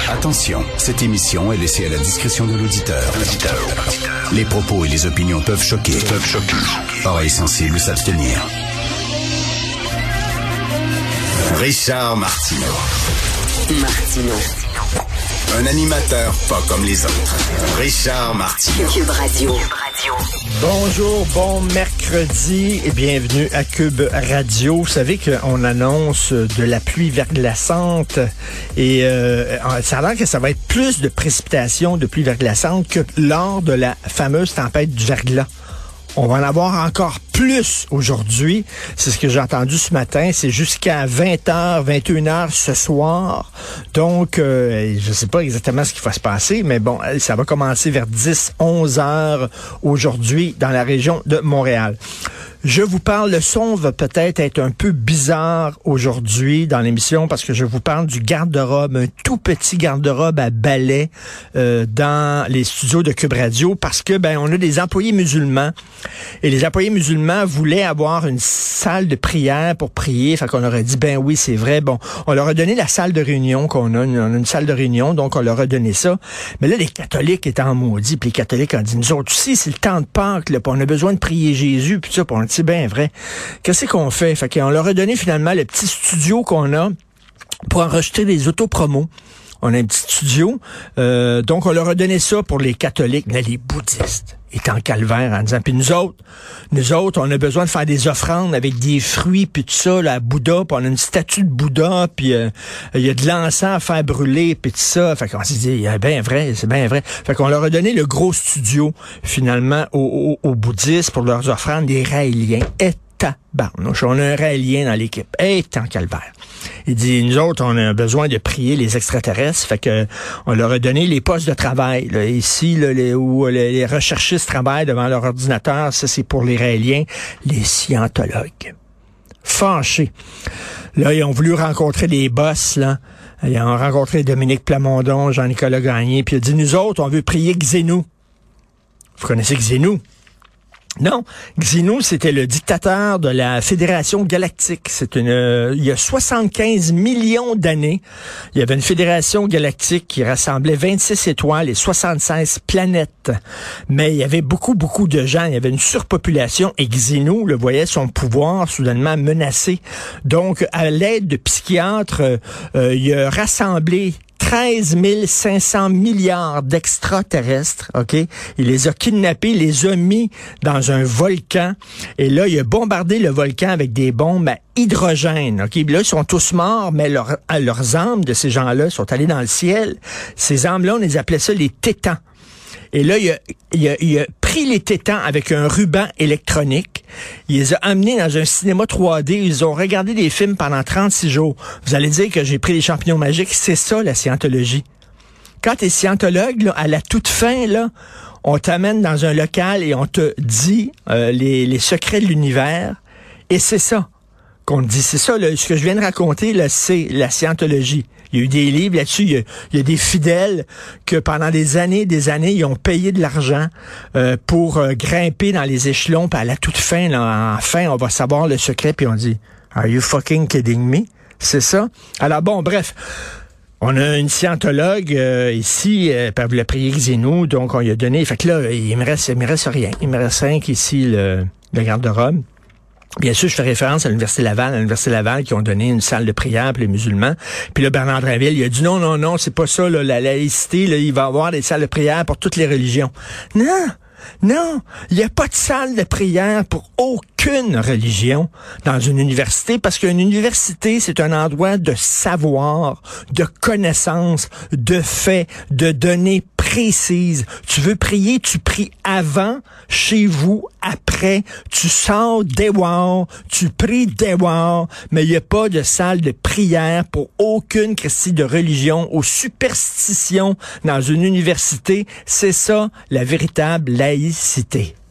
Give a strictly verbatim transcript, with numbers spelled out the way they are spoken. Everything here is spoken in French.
Attention, cette émission est laissée à la discrétion de l'auditeur. Les propos et les opinions peuvent choquer. Peuvent choquer. Oreilles sensibles s'abstenir. Richard Martineau. Martineau. Un animateur pas comme les autres. Richard Martineau. Cube Radio. Bonjour, bon mercredi et bienvenue à Cube Radio. Vous savez qu'on annonce de la pluie verglaçante et euh, ça a l'air que ça va être plus de précipitations de pluie verglaçante que lors de la fameuse tempête du verglas. On va en avoir encore plus aujourd'hui. C'est ce que j'ai entendu ce matin. C'est jusqu'à vingt heures, vingt et une heures ce soir. Donc, euh, je sais pas exactement ce qui va se passer, mais bon, ça va commencer vers dix, onze heures aujourd'hui dans la région de Montréal. Je vous parle, le son va peut-être être un peu bizarre aujourd'hui dans l'émission parce que je vous parle du garde-robe, un tout petit garde-robe à balai euh, dans les studios de Cube Radio parce que ben on a des employés musulmans et les employés musulmans voulaient avoir une salle de prière pour prier. Fait qu'on leur a dit ben oui c'est vrai. Bon, on leur a donné la salle de réunion qu'on a, on a une salle de réunion donc on leur a donné ça. Mais là les catholiques étaient en maudit puis les catholiques ont dit nous autres aussi c'est le temps de Pâques là, puis on a besoin de prier Jésus puis ça. Puis on c'est bien vrai. Qu'est-ce qu'on fait? Fait qu'on leur a donné finalement le petit studio qu'on a pour enregistrer des autopromos. On a un petit studio. Euh, donc, on leur a donné ça pour les catholiques. Mais les bouddhistes étaient en calvaire en disant, puis nous autres, nous autres, on a besoin de faire des offrandes avec des fruits, puis tout ça, là, à Bouddha, puis on a une statue de Bouddha, puis euh, il y a de l'encens à faire brûler, puis tout ça. Fait qu'on s'est dit, c'est bien vrai, c'est bien vrai. Fait qu'on leur a donné le gros studio, finalement, aux, aux, aux bouddhistes pour leurs offrandes, des raéliens. Et tabarnouche, on a un raélien dans l'équipe. Et en calvaire. Il dit, nous autres, on a besoin de prier les extraterrestres. Fait que on leur a donné les postes de travail. Là. Ici, là, les, où les, les recherchistes travaillent devant leur ordinateur, ça c'est pour les raéliens, les scientologues. Fâchés. Là, ils ont voulu rencontrer des boss, là. Ils ont rencontré Dominique Plamondon, Jean-Nicolas Gagné, puis il a dit, nous autres, on veut prier Xenu. Vous connaissez Xenu? Non, Xenu, c'était le dictateur de la Fédération Galactique. C'est une, euh, il y a soixante-quinze millions d'années, il y avait une fédération galactique qui rassemblait vingt-six étoiles et soixante-seize planètes. Mais il y avait beaucoup, beaucoup de gens. Il y avait une surpopulation et Xenu, le voyait son pouvoir soudainement menacé. Donc, à l'aide de psychiatres, euh, il a rassemblé treize mille cinq cents milliards d'extraterrestres, OK? Il les a kidnappés, il les a mis dans un volcan. Et là, il a bombardé le volcan avec des bombes à hydrogène, OK? Là, ils sont tous morts, mais leur, leurs âmes de ces gens-là sont allées dans le ciel. Ces âmes-là, on les appelait ça les tétans. Et là, il a, il, a, il a pris les tétans avec un ruban électronique. Il les a amenés dans un cinéma trois D. Ils ont regardé des films pendant trente-six jours. Vous allez dire que j'ai pris les champignons magiques. C'est ça, la scientologie. Quand t'es scientologue, là, à la toute fin, là, on t'amène dans un local et on te dit euh, les, les secrets de l'univers. Et c'est ça qu'on dit. C'est ça, là, ce que je viens de raconter, là, c'est la scientologie. Il y a eu des livres là-dessus. Il y a, il y a des fidèles que pendant des années, des années, ils ont payé de l'argent euh, pour euh, grimper dans les échelons. Puis à la toute fin, là, enfin, on va savoir le secret. Puis on dit, are you fucking kidding me? C'est ça? Alors bon, bref. On a une scientologue euh, ici, euh, elle voulait prier Xenu, donc on lui a donné. Fait que là, il me reste, il me reste rien. Il me reste rien qu'ici, le, le garde-robe. Bien sûr, je fais référence à l'Université Laval, à l'Université Laval qui ont donné une salle de prière pour les musulmans. Puis là, Bernard Drinville, il a dit non, non, non, c'est pas ça, là, la laïcité, là, il va y avoir des salles de prière pour toutes les religions. Non! Non, il n'y a pas de salle de prière pour aucune religion dans une université parce qu'une université, c'est un endroit de savoir, de connaissances, de faits, de données précises. Tu veux prier, tu pries avant, chez vous, après, tu sors dehors, tu pries dehors, mais il n'y a pas de salle de prière pour aucune christie de religion ou superstition dans une université. C'est ça, la véritable laïcité.